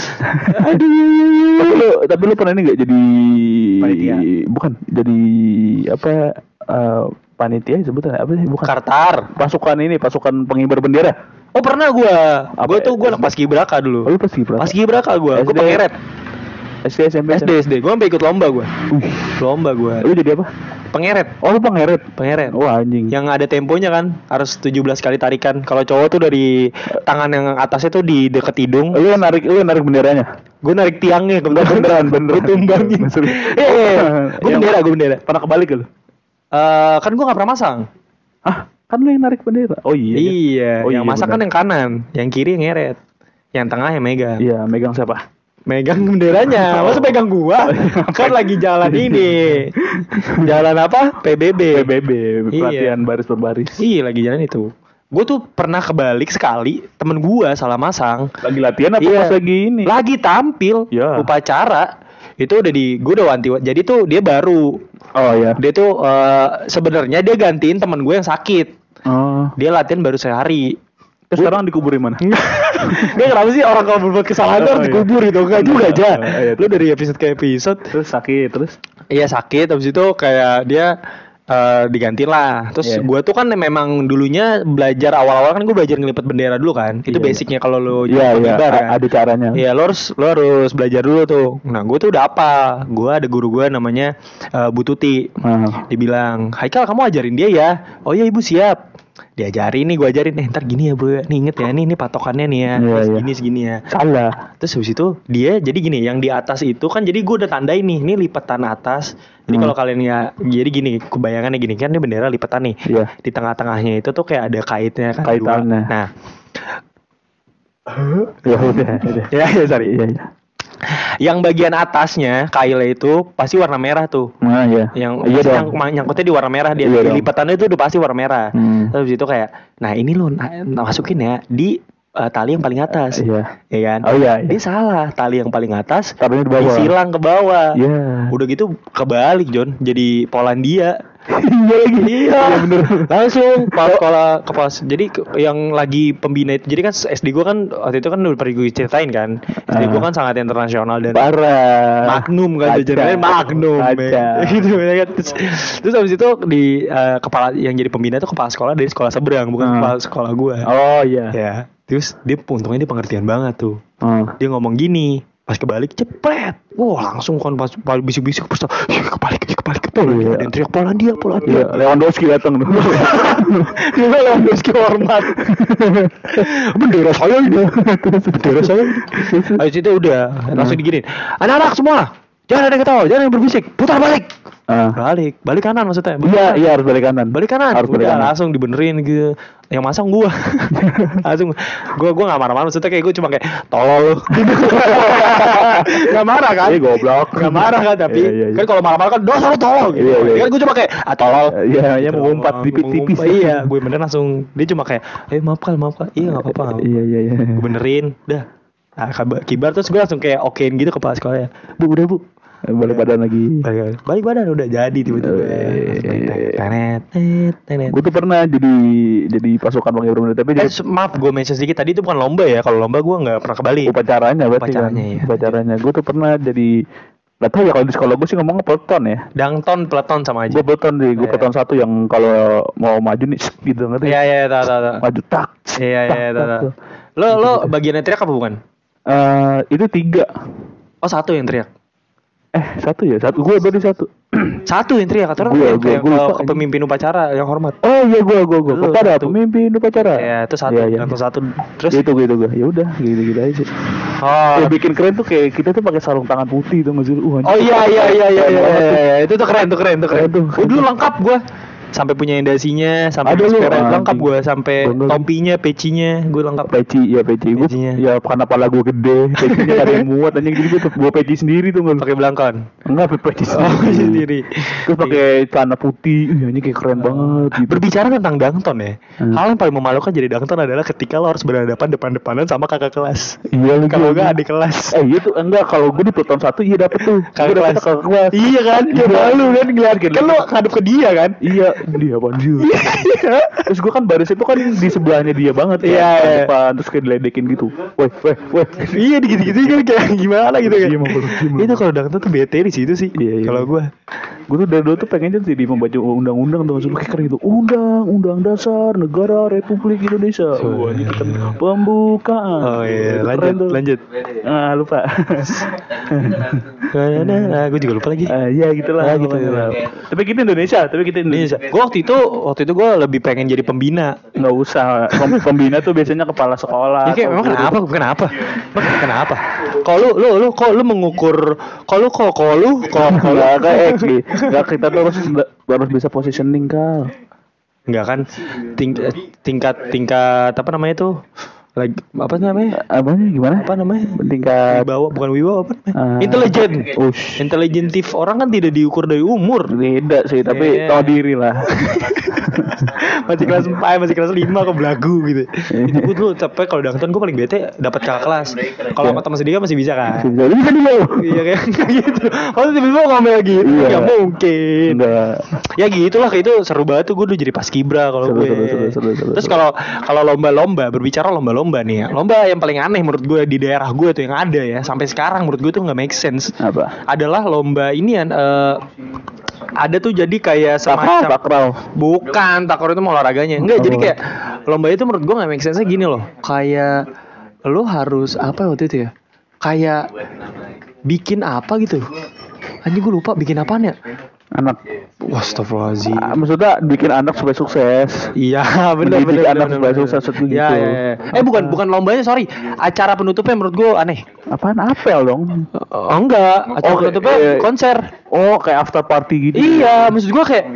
Tapi lu tapi lu pernah ini nggak jadi Panitia. bukan jadi apa eh, panitia sebutan apa sih bukan Kartar. pasukan ini pasukan pengibar bendera. Oh pernah gua. Apa Gua tuh ya? gua anak paskibraka Oh, dulu. lu pasti berapa? Paskibraka gua. Gua S D. pengeret. S D S M P S D S D. Gua sampai ikut lomba gua. Wih, Lomba gua. lu jadi apa? Pengeret. Oh lu pengeret. Pengeret. Wah anjing. Yang ada temponya kan harus tujuh belas kali tarikan. Kalau cowok tuh dari tangan yang atasnya tuh di deket hidung. Lu yang narik lu yang narik benderanya. Gue narik tiangnya Enggak beneran beneran. Gue tumbangin. Serius. Eh, eh, gue Yang- bendera, gue bendera. Pernah kebalik gak lu? Eh, kan gue gak pernah masang. Hah? Kan lu yang narik bendera. Oh iya. Iya, Oh, yang iya, masak benar. kan yang kanan, yang kiri yang ngeret, yang tengah yang megang. Iya, megang siapa? Megang benderanya, masa pegang gua? Kan lagi jalan ini, jalan apa? P B B. P B B, Iya. pelatihan baris berbaris. Iya, lagi jalan itu. Gue tuh pernah kebalik sekali, temen gua salah masang. Lagi latihan apa Iya. pas lagi ini? Lagi tampil, Ya. upacara. Itu udah di, gue udah wanti. Jadi tuh dia baru. Oh ya. Dia tuh eh, sebenarnya dia gantiin temen gue yang sakit. Oh. Dia latihan baru sehari. Terus sekarang dikuburin mana? Dia kenapa sih orang kalau berbuat kesalahan tuh Oh, harus iya. dikubur gitu? Enggak juga aja. Oh, iya. Lu dari episode ke episode. Terus sakit terus. Iya sakit. Habis itu kayak dia eh, diganti lah. Terus Iya. gue tuh kan memang dulunya belajar awal-awal kan gue belajar ngelipet bendera dulu kan. Itu Iya. basicnya kalau lu Iya, jadi iya, pengibar kan. a- ada caranya. Iya, lo harus lo harus belajar dulu tuh. Nah, gue tuh udah apa? Gue ada guru gue namanya eh, Bu Tuti. Nah, Dibilang, Haikal kamu ajarin dia ya. Oh iya ibu siap. Diajarin nih, gue ajarin nih. Ntar gini ya bro, nih inget ya, nih ini patokannya nih ya. Iya, Terus iya. gini segini ya. salah. Terus habis itu dia jadi gini, yang di atas itu kan jadi gue udah tandain nih, ini lipatan atas. Jadi Hmm. kalau kalian ya, jadi gini, kebayangannya gini kan ini bendera lipatan nih. Iya. Di tengah-tengahnya itu tuh kayak ada kaitnya kan. Kaitannya. dua. Nah, Ya udah, udah. ya ya sorry. Iya, iya. Yang bagian atasnya kailnya itu pasti warna merah tuh. Nah, iya. Yang iya pasti dong. yang ma- nyangkutnya di warna merah dia. Iya Di dong. lipatannya itu udah pasti warna merah. Hmm. Terus habis itu kayak, nah ini lo nah, masukin ya di eh, tali yang paling atas. Iya. Ya kan? Oh iya, iya. Dia salah, tali yang paling atas Taruhnya di bawah. disilang ke bawah. Iya. Udah gitu kebalik John, jadi Polandia. Iya lagi. Iya, bener. langsung kepala sekolah kepala. Jadi ke- yang lagi pembina itu, jadi kan S D gue kan waktu itu kan udah pernah gue ceritain kan. S D gue Ah. kan sangat internasional dan Parah. Magnum kan, Kaca. jajarannya Magnum, Kaca. ya. Gitu ya kan. Terus, terus habis itu di eh, kepala yang jadi pembina itu kepala sekolah dari sekolah seberang, bukan Hmm. kepala sekolah gue. Oh iya. Ya, terus dia untungnya dia pengertian banget tuh. Oh. Dia ngomong gini, pas kebalik cepet, wah langsung kan pas pas bisik-bisik pas tau, "Ih, kebalik, ih, kebalik, kebalik." Iya. Ada yang teriak Polandia, Iya, Polandia. Lewandowski datang tuh. Dia bilang Lewandowski hormat. Bendera saya ini, bendera saya ini. Habis itu udah langsung diginin. Anak-anak semua, jangan ada yang ketawa, jangan ada yang berbisik, putar balik. Ah. Balik, balik kanan maksudnya. Balik Iya, kanan. iya harus balik kanan. Balik kanan. Harus balik Udah kanan. langsung dibenerin gitu. Yang masang gua. Langsung gua gua enggak marah-marah, maksudnya kayak gua cuma kayak tolol lu. Enggak marah kan? Iya, goblok. Enggak marah kan, tapi Iya, iya, iya. kan kalau marah-marah kan dosa lu tolol gitu. Iya, iya. Kan gua cuma kayak ah tolol. Iya, iya, Gitu mengumpat doang, tipis-tipis. mengumpat. Iya, gue bener langsung dia cuma kayak, "Eh, maaf kal, maaf kal." Iya, enggak apa-apa. nggak apa-apa. Iya, iya, iya. Gue benerin, dah. Nah, kabar- kibar terus gue langsung kayak okein gitu kepala sekolahnya. Bu, udah bu. Balik badan lagi. Balik, balik badan udah jadi tiba-tiba. Tenet, tenet, tenet. Gue tuh pernah jadi jadi pasukan pakai berbeda tapi Eh, jadi s- maaf gue mention sedikit tadi itu bukan lomba ya. Kalau lomba gue nggak pernah ke Bali. upacaranya berarti kan. Upacaranya, iya. Upacaranya. Gue tuh pernah jadi nggak tahu ya kalau di sekolah gue sih ngomongnya peleton ya. Dangton, peleton sama aja. Gue peleton sih, gue Iya. peleton satu yang kalau mau maju nih shh, gitu ngerti? Iya iya tahu tahu tahu. Maju tak. Iya iya tak, tahu tak, tahu. tuh. Lo lo bagian teriak apa bukan? Eh, itu tiga. Oh satu yang teriak. Eh satu ya, satu gue berarti satu. Satu yang teriak atau Gua- yang gua- kayak gua lupa, ke- ke pemimpin upacara yang hormat. Oh iya gue gue gue. Lu Kepada satu. pemimpin upacara. Ya itu satu, Iya, iya. Dangton satu. Terus Gitu gitu gue. Ya udah gitu gitu aja sih. oh, Yang bikin keren tuh kayak kita tuh pakai sarung tangan putih tuh nggak sih? Uh, Oh iya iya iya iya Keren iya, banget tuh. iya. Itu tuh keren tuh keren tuh keren. Keren tuh. Oh, dulu lengkap gua. Sampai punya endasinya, sampai Ada lu, sepeda ah, lengkap anjing. gua, sampai Bangga lu. topinya, pecinya, gua lengkap. Peci ya peci gue Pecinya. ya karena pala gue gede pecinya gak ada yang muat anjing jadi gue gue peci sendiri tuh nggak Pakai belangkon. enggak peci Oh, sendiri sendiri. terus pakai celana putih Ih, anjing kayak keren banget gitu Berbicara tentang dangton ya, Hmm. hal yang paling memalukan jadi dangton adalah ketika lo harus berhadapan depan-depanan sama kakak kelas. iya lagi Kalau anjing. enggak adik kelas. eh iya tuh enggak kalau gue di peleton satu iya dapet tuh Kakak gue dapet kelas. kakak kelas Iya kan, dia Iya. malu kan ngeliat Kan kan lo ngadep ke dia kan. iya dia apaan sih terus gue kan baris itu kan di sebelahnya dia banget kan, Iya, di iya. depan terus kayak diledekin gitu weh weh weh Iya gitu-gitu kan kayak gimana gitu kan. Iya, emang belum, belum. Itu kalau dangton tuh bete di situ sih. Iya, iya. Kalau gua. gue tuh dari dulu tuh pengennya sih di membaca undang-undang tuh maksudnya kayak keren gitu undang undang dasar negara Republik Indonesia wah ini kita pembukaan Oh iya, Itu lanjut keren tuh. lanjut. ah lupa Nah, gue juga lupa lagi. ah iya gitulah Ah, gitu, pokoknya iya. lah. tapi kita Indonesia tapi kita Indonesia Gue waktu itu waktu itu gue lebih pengen jadi pembina. nggak usah Pem- pembina tuh biasanya kepala sekolah Ya kayak atau memang guru. kenapa? Kenapa? Emang kenapa? Kalau lu lu lu kok lu mengukur kalau kok kalau lu kok kalau nggak kayak X G nggak kita tuh harus harus bisa positioning kal enggak kan ting, tingkat tingkat apa namanya tuh? Lagi apa namanya? apanya gimana Apa namanya? tingkat Wibawa bukan wibawa apa namanya? Ah. Intelijen. Ush. Intelijentif orang kan tidak diukur dari umur. beda sih tapi Iya. tahu diri lah Masih kelas empat, masih kelas lima kok belagu gitu. Itu gue dulu capek kalau dangdutan gue paling bete dapat kakak kelas. Kalau sama teman sendiri masih bisa kan. Jadi kan dia. Iya kayak gitu. Oh tiba-tiba ngomel gitu. Iya. Ya mungkin. Enggak. Ya gitulah kayak itu seru banget tuh gue dulu jadi paskibra kalau Seru, gue. seru, seru, seru, seru, Terus seru. kalau kalau lomba-lomba berbicara lomba-lomba nih ya. Lomba yang paling aneh menurut gue di daerah gue tuh yang ada ya sampai sekarang menurut gue tuh nggak make sense. Apa? Adalah lomba ini kan eh, ada tuh jadi kayak Takraw, semacam takraw. bukan takraw itu mau olahraganya. Enggak, Oh. jadi kayak lomba itu menurut gue nggak make sense gini loh. Kayak lo harus apa waktu itu ya? Kayak bikin apa gitu. Anjing gue lupa bikin apaan ya? Anak. Astagfirullahaladzim. Ah, maksudnya bikin anak supaya sukses. Iya benar Mendidik benar anak benar, supaya benar. sukses itu Iya, gitu. iya, iya. Eh bukan bukan lombanya sorry. Acara penutupnya menurut gue aneh. Apaan apel dong? Oh, enggak. Acara Oh, penutupnya eh, konser. Oh, kayak after party gitu. Iya, maksud gue kayak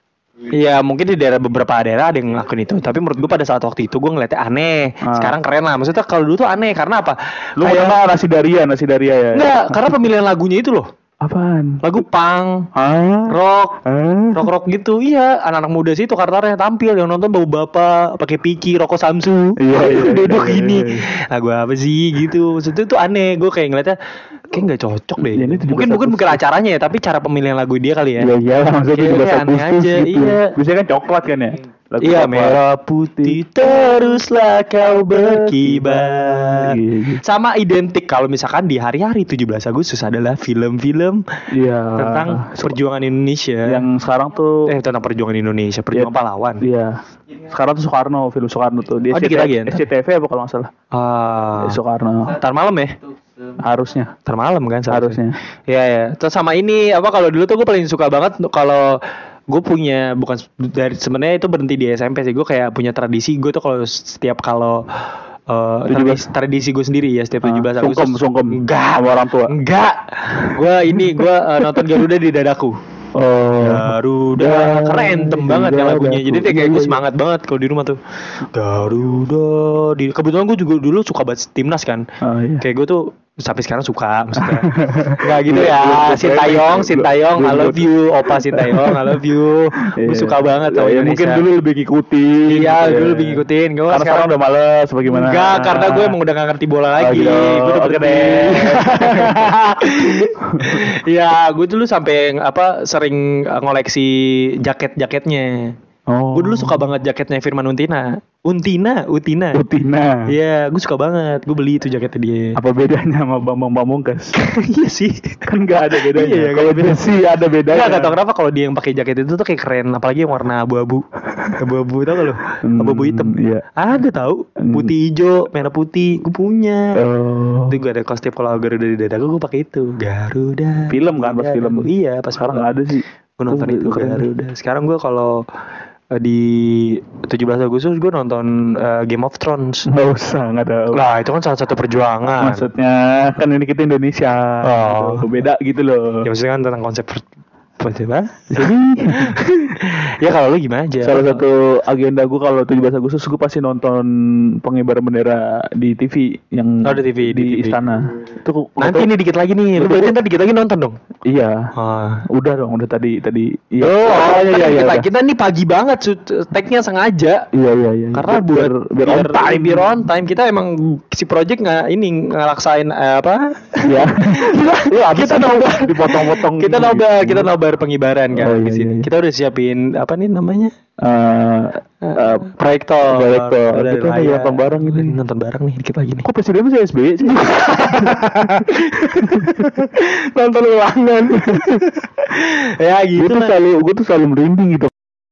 iya mungkin di daerah beberapa daerah ada yang ngelakuin itu. Tapi menurut gue pada saat waktu itu gue ngeliatnya aneh. Ah. Sekarang keren lah. Maksudnya kalau dulu tuh aneh karena apa? Lu Kayak- pernah nasi daria, nasi daria ya? enggak, karena pemilihan lagunya itu loh. Apaan? Lagu punk, Hah? rock, Hah? rock-rock gitu. Iya, anak-anak muda sih itu kartarnya tampil yang nonton bau bapak, pakai pici, rokok Samsu. Iya, iya, iya, Duduk iya, gini. iya. Nah, gue apa sih gitu. Maksudnya itu aneh. Gue kayak ngeliatnya kayak nggak cocok deh. Ya, ini tujuh belas mungkin mungkin bukan Agustus. acaranya ya, tapi cara pemilihan lagu dia kali ya. Iya iyalah maksudnya Kayak- juga kayak aneh Agustus aja, gitu. iya. Biasanya kan coklat kan ya? Lagu Iya, coklat. merah putih teruslah kau berkibar. Iya, iya. Sama identik kalau misalkan di hari-hari tujuh belas Agustus adalah film-film Iya. tentang perjuangan Indonesia. Yang sekarang tuh eh tentang perjuangan Indonesia, perjuangan Iya. pahlawan. Iya. Sekarang tuh Soekarno, film Soekarno tuh. Dia Oh, dikit lagi ya, ntar? S C T V apa kalau nggak salah? Ah. Soekarno. Ntar malam ya? Harusnya. Ntar malam kan seharusnya. Harusnya. Iya ya. Terus sama ini apa kalau dulu tuh gue paling suka banget kalau gue punya bukan dari sebenarnya itu berhenti di S M P sih. Gue kayak punya tradisi gue tuh kalau setiap kalau eh, tujuh belas. tradisi, tradisi gue sendiri ya setiap tujuh belas Ah, Agustus. sungkem, sungkem. Enggak. Sama orang tua. Enggak. Gue ini gue eh, nonton Garuda di dadaku. Oh. Garuda karena anthem banget ya lagunya. Jadi kayak, kayak gue semangat banget kalau di rumah tuh. Garuda di kebetulan gue juga dulu suka banget timnas kan. Oh, iya. Kayak gue tuh sampai sekarang suka maksudnya. Enggak gitu Belum- ya. belum- Sintayong, belum- Sintayong, I belum- love you. Opa Sintayong, I love you. Gue Iya. suka banget sama Ya, Indonesia. mungkin dulu lebih ngikutin. Iya, gitu dulu ya. lebih ngikutin. Gue Karena sekarang udah males bagaimana? Enggak, karena gue emang udah gak ngerti bola lagi. gitu. Gue udah Oke. keren. Iya, gue dulu sampai apa sering uh, ngoleksi jaket-jaketnya. Oh. Gue dulu suka banget jaketnya Firman Untina. Untina, Utina. Utina. Iya, gue suka banget. Gue beli itu jaketnya dia. Apa bedanya sama Bambang Pamungkas? Iya sih. Kan nggak ada bedanya. Iya, Kalau nggak ada dia sih ada bedanya. Enggak, gak tau kenapa kalau dia yang pakai jaket itu tuh kayak keren, apalagi yang warna abu-abu. Abu-abu tau gak lo? Hmm, Abu-abu hitam. iya. Ah, gue tahu. Hmm. Putih hijau, merah putih, gue punya. Oh. Itu gue ada kostum kalau Garuda di dadaku gue pakai itu. Garuda. Film kan, pas di film. dadaku. Iya, pas Sekarang film. nggak ada sih. Gue nonton itu keren. Garuda. Sekarang gue kalau eh, di tujuh belas Agustus gue nonton eh, Game of Thrones. Nggak usah, nggak ada. Lah, itu kan salah satu perjuangan. Maksudnya kan ini kita Indonesia. Oh. Gitu. Beda gitu loh. Ya maksudnya kan tentang konsep per- apa? Ya kalau lu gimana aja? Salah satu agenda gue kalau tujuh belas Agustus gue pasti nonton pengibaran bendera di T V yang Oh, di T V, di, di T V. istana. Itu Nanti nih dikit lagi nih. Lu berarti ntar dikit lagi nonton dong. Iya. Ah. Udah dong, udah tadi tadi. Iya. Oh, iya iya iya. kita, udah. kita nih pagi banget shoot- tag-nya sengaja. Iya iya iya. Karena biar buat biar, on time. biar on time kita emang si project nggak ini ngelaksain eh, apa? Iya. Lu abis kita nobar dipotong-potong. kita gitu. nobar kita nobar pengibaran kan Oh, iya, di sini. iya, iya. Kita udah siapin apa nih namanya? Eh, eh, Proyektor. proyektor. Udah Kita layar. nonton bareng gitu. Nonton bareng nih dikit lagi nih. Kok presidennya saya S B Y sih? Nonton ulangan. Ya Gue gitu tuh lah. selalu, gue tuh selalu merinding gitu.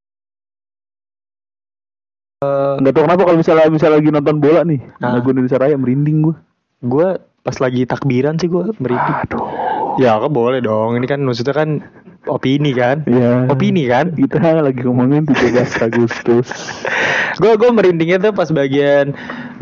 Nggak tahu kenapa kalau misalnya misalnya lagi nonton bola nih, Ah. lagu Indonesia Raya merinding gue. Gue pas lagi takbiran sih gue merinding. Aduh. Ya kan boleh dong. Ini kan maksudnya kan opini kan. Iya. Opini kan. Kita lagi ngomongin tujuh belas Agustus. Gue gue merindingnya tuh pas bagian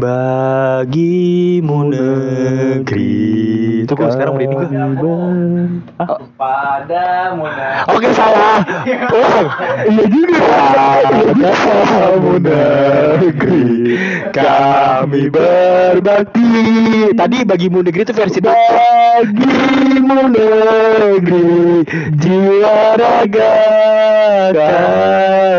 bagimu negeri. Itu gue sekarang merinding gue. Ah, Padamu negeri. Oke salah. Oh, iya juga. Padamu negeri kami berbakti. Tadi bagimu negeri itu versi bagimu negeri jiwa raga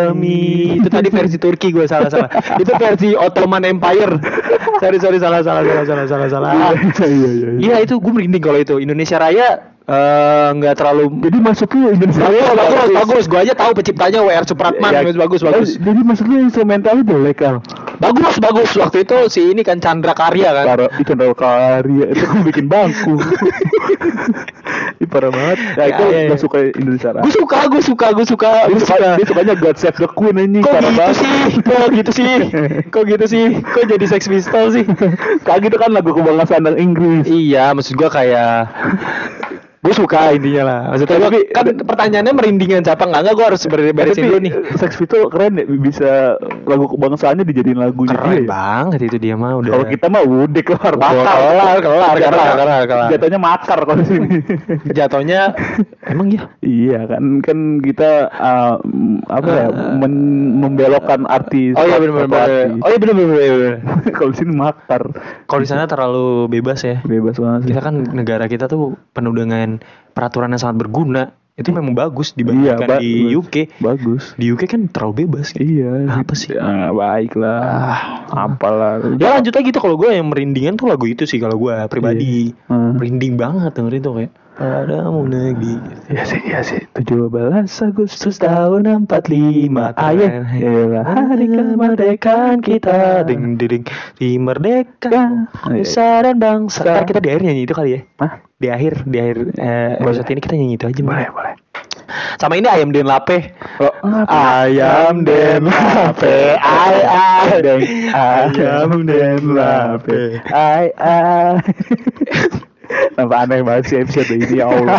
kami. Itu tadi versi Turki gue salah salah. Itu versi Ottoman Empire. Sorry sorry salah salah salah salah salah salah. Iya iya iya. Iya itu gue merinding kalau itu. Indonesia Raya nggak uh, terlalu. Jadi masuknya Indonesia Raya bagus bagus, bagus. Gue aja tahu penciptanya W R Supratman. Ya, bagus bagus. Eh, jadi masuknya instrumental jelek kan. Bagus bagus. Waktu itu si ini kan Chandra Karya kan. Kar- Chandra Karya itu kan bikin bangku. Ini parah banget. Nah, itu ya, ya, gak suka Indonesia Raya. Gue suka, gue suka, gue suka. Dia, suka, dia sukanya God Save the Queen ini. Kok parah gitu banget. sih? Kok gitu sih? Kok gitu sih? Kok jadi Sex Pistols sih? Kayak gitu kan lagu kebangsaan Inggris. Iya, maksud gue kayak gue suka intinya lah. Maksudnya tapi gua, kan pertanyaannya merindingan siapa enggak enggak gue harus beresin dulu nih. Sex Pistols keren ya, bisa lagu kebangsaannya dijadiin lagunya. Keren dia, banget itu dia mah udah. Kalau kita mah udah kelar makar. Kelar, kelar, kelar, kelar, kelar. Jatuhnya makar kalau di sini. Jatuhnya emang ya? Iya kan kan kita uh, apa ya men- membelokkan arti. Oh iya benar benar. Oh iya benar benar. Kalau di sini makar. Kalau di sana terlalu bebas ya. Bebas banget. Kita kan negara kita tuh penuh dengan peraturan yang sangat berguna. Itu memang bagus dibandingkan iya, ba- di U K. Bagus. Di U K kan terlalu bebas. Iya. Apa sih? Ya, baiklah. Ah, apalah. Ya lanjut lagi gitu kalau gue yang merindingan tuh lagu itu sih kalau gue pribadi. Iya. Hmm. Merinding banget dengerin tuh kayak padamu negeri. Iya sih, iya sih. tujuh belas Agustus tahun empat lima. Ayo, Yalah hari kemerdekaan kita. Ding ding di merdeka nusa dan bangsa. Ntar kita di akhir nyanyi itu kali ya. Hah? Di akhir, di akhir eh, episode ini kita nyanyi itu aja. Boleh, boleh. Sama ini ayam den lape. Oh, ayam den lape, ay ay, ayam den lape, ay ay. Nampak aneh banget sih episode ini, ya Allah.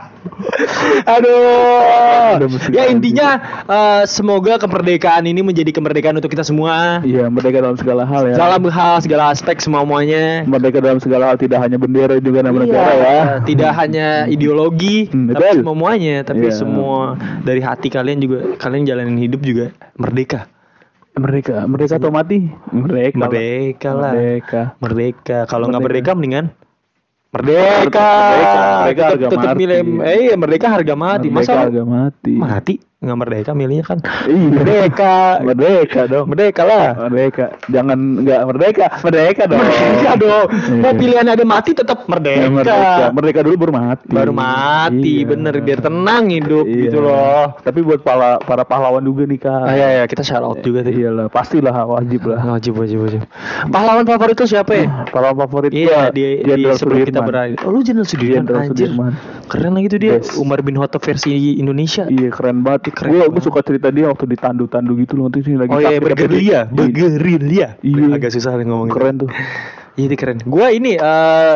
Aduh. Ya intinya uh, semoga kemerdekaan ini menjadi kemerdekaan untuk kita semua. Iya, merdeka dalam segala hal ya. Dalam hal segala aspek semuanya. Merdeka dalam segala hal, tidak hanya bendera juga nama Iya, negara ya. Tidak hanya ideologi, Hmm, tapi betul. semuanya, tapi Iya. semua dari hati kalian juga, kalian jalanin hidup juga merdeka. Merdeka, merdeka atau mati? Merdeka. Merdeka lah. Merdeka. Merdeka. Kalau nggak Merdeka. merdeka mendingan merdeka. Merdeka, merdeka harga Tetep mati. milih, eh merdeka harga mati. Merdeka Masa harga mati. mati nggak merdeka milihnya kan? Iya. Merdeka. Merdeka dong. Merdeka lah. Merdeka. Jangan nggak merdeka. Merdeka dong. Merdeka dong. Mau Iya. pilihan ada mati tetap merdeka. Ya, merdeka. Merdeka dulu baru mati. Baru mati, Iya. bener biar tenang hidup Iya. gitu loh. Tapi buat para para pahlawan juga nih Kak. Ah, ya ya kita shout out juga tuh. Iyalah, pastilah wajib lah. Wajib wajib wajib. Pahlawan favorit tuh siapa ya? Pahlawan favorit Iya gua, di, di Jenderal sebelum kita Sudirman. berakhir. Oh lu Jenderal Sudirman Jenderal anjir. Sudirman. Keren lagi tuh dia. Yes. Umar bin Khattab versi Indonesia. Iya keren banget. Keren Gue banget. suka cerita dia waktu ditandu-tandu gitu loh, nanti sini lagi. Oh iya takbir, bergerilya, tapi- bergerilya. Iya. Agak susah nih ngomong. Keren tuh. Iya itu keren. Gua ini eh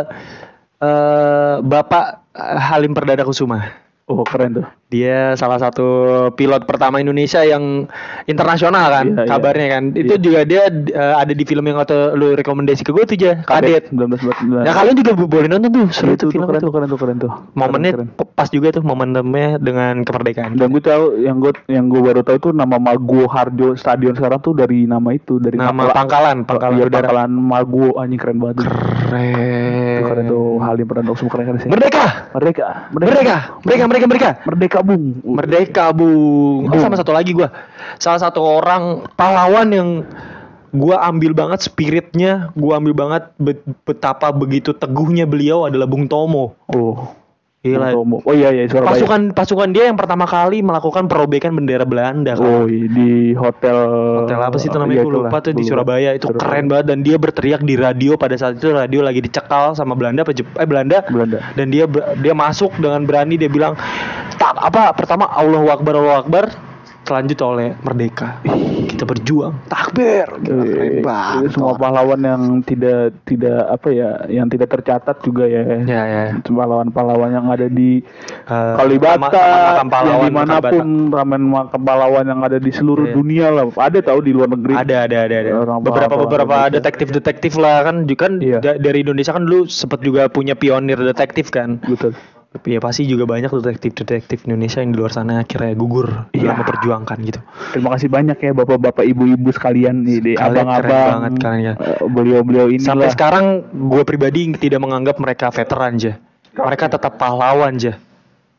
eh Bapak Halim Perdana Kusuma. Oh keren tuh. Dia salah satu pilot pertama Indonesia yang internasional kan, Iya, iya. kabarnya kan. Itu Iya. juga dia eh, ada di film yang waktu lu rekomendasi ke gue tuh aja, Kadet. sembilan belas empat belas. Nah kalian juga boleh nonton tuh, seru itu tuh film keren itu. tuh, keren tuh, keren tuh. Momennya Keren, keren. pas juga tuh momentumnya dengan kemerdekaan. Dan gue tahu yang gue yang gue baru tahu tuh nama Maguwo Harjo Stadion sekarang tuh dari nama itu, dari Nama Pangkala- pangkalan, pangkalan iya, udara. pangkalan Maguwo, anjing keren banget. Tuh. Keren. Itu keren tuh, Halim Perdana Kusuma keren keren sih. Merdeka, Merdeka, merdeka, mereka, mereka, mereka. Merdeka Bung. Merdeka Bung. Oh, sama satu lagi gua. Salah satu orang pahlawan yang gua ambil banget spiritnya, gua ambil banget be- betapa begitu teguhnya beliau adalah Bung Tomo. Oh. Gila. Bung Tomo. Oh iya iya Surabaya. Pasukan pasukan dia yang pertama kali melakukan perobekan bendera Belanda kan. Oh iya, di hotel Hotel apa sih itu namanya? Iya, Gue lupa itulah, tuh di gua lupa. Surabaya. Itu Surabaya. keren banget dan dia berteriak di radio pada saat itu radio lagi dicekal sama Belanda apa Jep- eh Belanda. Belanda. Dan dia ber- dia masuk dengan berani dia bilang tak apa pertama Allahu Akbar Allahu Akbar selanjut oleh merdeka. Kita berjuang. Takbir. Gila, keren Eh, banget. semua pahlawan yang tidak tidak apa ya, yang tidak tercatat juga ya. Ya ya. Pahlawan-pahlawan yang ada di Eh, Kalibata, taman- taman makam yang pahlawan dimanapun ramen makam pahlawan yang ada di seluruh Iya. dunia lah. Ada tahu di luar negeri. Ada ada ada ada. Orang Beberapa pahlawan beberapa Indonesia. detektif-detektif lah kan juga kan Iya. da- dari Indonesia kan dulu sempat juga punya pionir detektif kan. Betul. Tapi ya pasti juga banyak detektif-detektif Indonesia yang di luar sana akhirnya gugur Iya. dalam memperjuangkan gitu. Terima kasih banyak ya bapak-bapak, ibu-ibu sekalian nih, di Kalian keren abang-abang, banget kalian ya. eh, beliau-beliau ini Sampai lah. sekarang gue pribadi tidak menganggap mereka veteran aja. Mereka tetap pahlawan aja.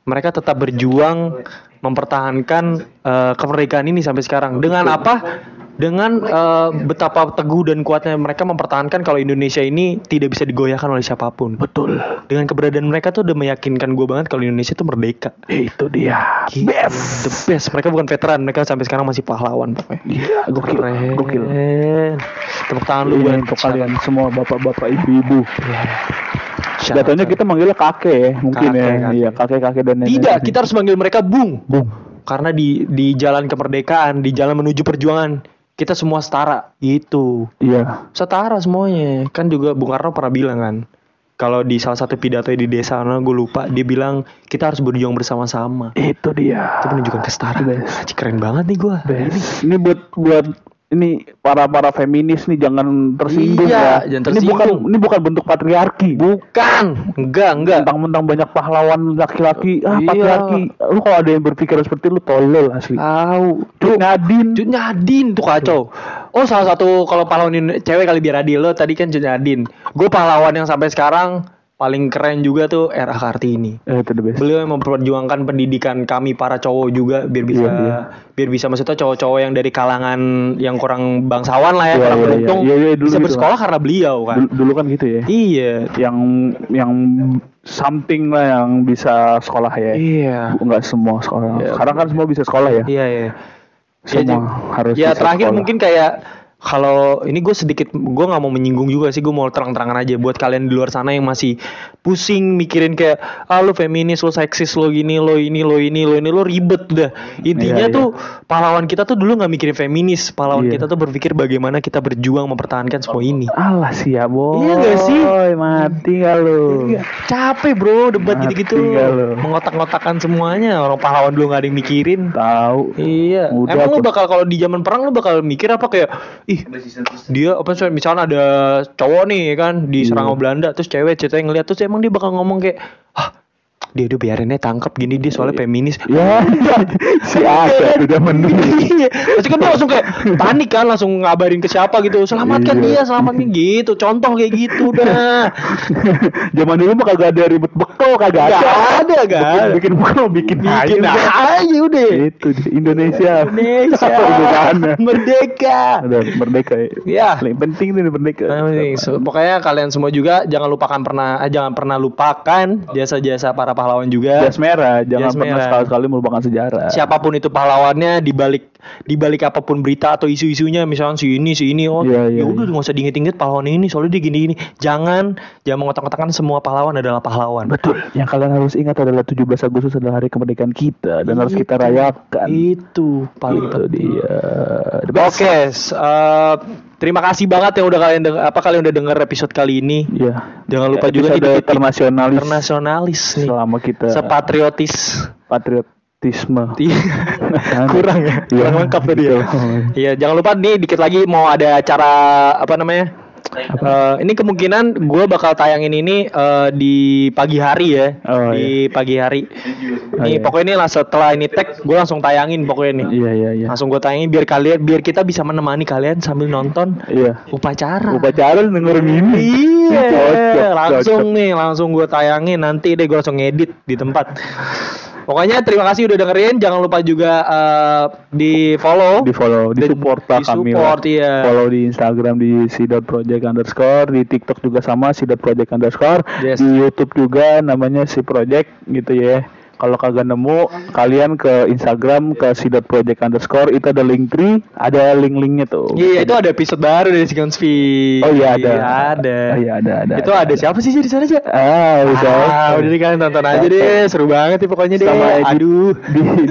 mereka tetap berjuang mempertahankan uh, kemerdekaan ini sampai sekarang. Dengan apa? Dengan uh, betapa teguh dan kuatnya mereka mempertahankan kalau Indonesia ini tidak bisa digoyahkan oleh siapapun. Betul. Dengan keberadaan mereka tuh udah meyakinkan gue banget kalau Indonesia itu merdeka. Itu dia. Gitu. Best. The best. Mereka bukan veteran, mereka sampai sekarang masih pahlawan pokoknya. Iya, gokil. Keren. Gokil. Tepuk tangan lu Ini buat untuk kalian semua bapak-bapak, ibu-ibu. Shout Jatuhnya out. kita manggilnya kakek ya, mungkin Kakek, ya. kakek. Iya, kakek-kakek dan nenek. Tidak, kita harus manggil mereka Bung. Bung. Karena di di jalan kemerdekaan, di jalan menuju perjuangan, kita semua setara. Itu. Iya. Setara semuanya. Kan juga Bung Karno pernah bilang kan, kalau di salah satu pidato di desa, gue lupa, dia bilang kita harus berjuang bersama-sama. Itu dia. Itu menunjukkan kesetaraan. Best. Anjir, keren banget nih gue. Ini, ini buat buat ini para para feminis nih jangan tersinggung Iya, ya. jangan Ini bukan tersinggung. ini bukan bentuk patriarki. Bukan. Enggak, enggak. Mentang-mentang banyak pahlawan laki-laki, ah Iya. patriarki. Lu kalau ada yang berpikir seperti lu tolol asli. Tahu. Cut Nadine. Cut Nyadin tuh kacau. Oh, salah satu kalau pahlawan Indo- cewek kali biar adil, lo tadi kan Cut Nyadin. Gue pahlawan yang sampai sekarang paling keren juga tuh R A Kartini. Eh, itu the best. Beliau yang memperjuangkan pendidikan kami para cowok juga biar bisa Iya, iya. biar bisa maksudnya cowok-cowok yang dari kalangan yang kurang bangsawan lah ya, Iya, kurang iya, beruntung iya. Iya, iya, dulu bisa gitu, bersekolah karena beliau kan. Dulu, dulu kan gitu ya. Iya. Yang yang something lah yang bisa sekolah ya. Iya. Enggak semua sekolah. Iya. Sekarang kan semua bisa sekolah ya. Iya, iya. Semua Ya, harus ya bisa terakhir sekolah. mungkin kayak kalau ini gue sedikit gue nggak mau menyinggung juga sih, gue mau terang-terangan aja buat kalian di luar sana yang masih pusing mikirin kayak ah lu feminis, lu seksis, lu gini, lu ini, lu ini, lu ini, lu ribet dah. Intinya Iya, tuh pahlawan kita tuh dulu nggak mikirin feminis, pahlawan Iya. kita tuh berpikir bagaimana kita berjuang mempertahankan semua ini. Alah sih ya boy. Iya nggak sih? Mati gak lu? Capek bro debat Mati gitu-gitu, nggak lu? mengotak-ngotakan semuanya. Orang pahlawan dulu nggak ada yang mikirin. Tahu. Iya. Udah, Emang lu apa- bakal kalau di zaman perang lu bakal mikir apa kayak ih dia apa sih misalnya ada cowok nih kan diserang Iya. sama Belanda terus cewek cewek ngeliat terus emang dia bakal ngomong kayak ah dia udah biarinnya tangkap gini dia soalnya feminis. Ya, si ada udah menunggu. Iya. Pasti kan dia langsung kayak panik kan, langsung ngabarin ke siapa gitu, selamatkan dia, Iya. selamatkan gitu. Contoh kayak gitu dah. Zaman dulu mah kagak ada ribet bekal, kagak ada. Gak ada kan. Bikin bekal, bikin Bikin aja. aja udah. Itu di Indonesia. Indonesia Bukan. merdeka. Ada merdeka ya. Ya. Paling penting nih merdeka. Nah, ini, so, pokoknya kalian semua juga jangan lupakan pernah eh, jangan pernah lupakan jasa-jasa para pahlawan juga. Jas merah, jangan Jas pernah merah. sekali-kali melupakan sejarah. Siapapun itu pahlawannya, di balik di balik apapun berita atau isu-isunya, misalnya si ini si ini, oh Iya, iya, ya udah iya. nggak usah diinget-inget pahlawan ini soalnya dia gini-gini. Jangan jangan mengotak-ngotakan semua pahlawan adalah pahlawan. Betul. Yang kalian harus ingat adalah tujuh belas Agustus adalah hari kemerdekaan kita dan harus kita Itu. rayakan. Itu paling Itu penting. dia. Oke, s- eh, terima kasih banget yang udah kalian denger, apa kalian udah denger episode kali ini. Iya. Jangan lupa juga Episode nih internasionalis internasionalis nih. selama kita Sepatriotis. patriotisme. Kurang ya, Iya. kurang lengkap tadi ya. Iya, jangan lupa nih dikit lagi mau ada acara apa namanya? Eh, ini kemungkinan gue bakal tayangin ini eh, di pagi hari ya, Oh, di pagi hari. Oh, Nih iya. pokoknya ini lah setelah ini tag gue langsung tayangin pokoknya nih. Iya iya iya. Langsung gue tayangin biar kalian biar kita bisa menemani kalian sambil nonton Iya. upacara. Upacara dengerin ini. Iya, Cocok, langsung cocok. nih, langsung gue tayangin nanti deh gue langsung ngedit di tempat. Pokoknya terima kasih udah dengerin. Jangan lupa juga eh, di follow, Di follow, di Dan support lah di kami support, lah. iya. Follow di Instagram di si.project underscore, di TikTok juga sama si.project underscore, Yes. di YouTube juga namanya si project gitu ya. Kalau kagak nemu, kalian ke Instagram ke si.project underscore, itu ada link tree, ada link-linknya tuh. Iya, itu ada episode baru dari si Konspi. Oh iya ada. ada. Oh, iya ada ada. Itu ada siapa sih di sana aja? Ah udah. Ah, udah deh kalian tonton aja deh, seru banget nih pokoknya deh. Sama edit- Aduh. di, di,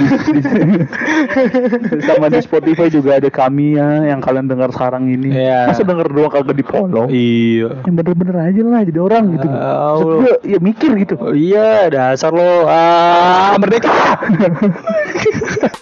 di- sama di Spotify juga ada kami ya yang kalian dengar sekarang ini. Iya. Masa denger doang kagak di follow? Iya. Yang bener-bener aja lah jadi orang gitu. Ah, Maksud Allah. gua, ya mikir gitu. Oh iya, dasar lo. Ah, merdeka.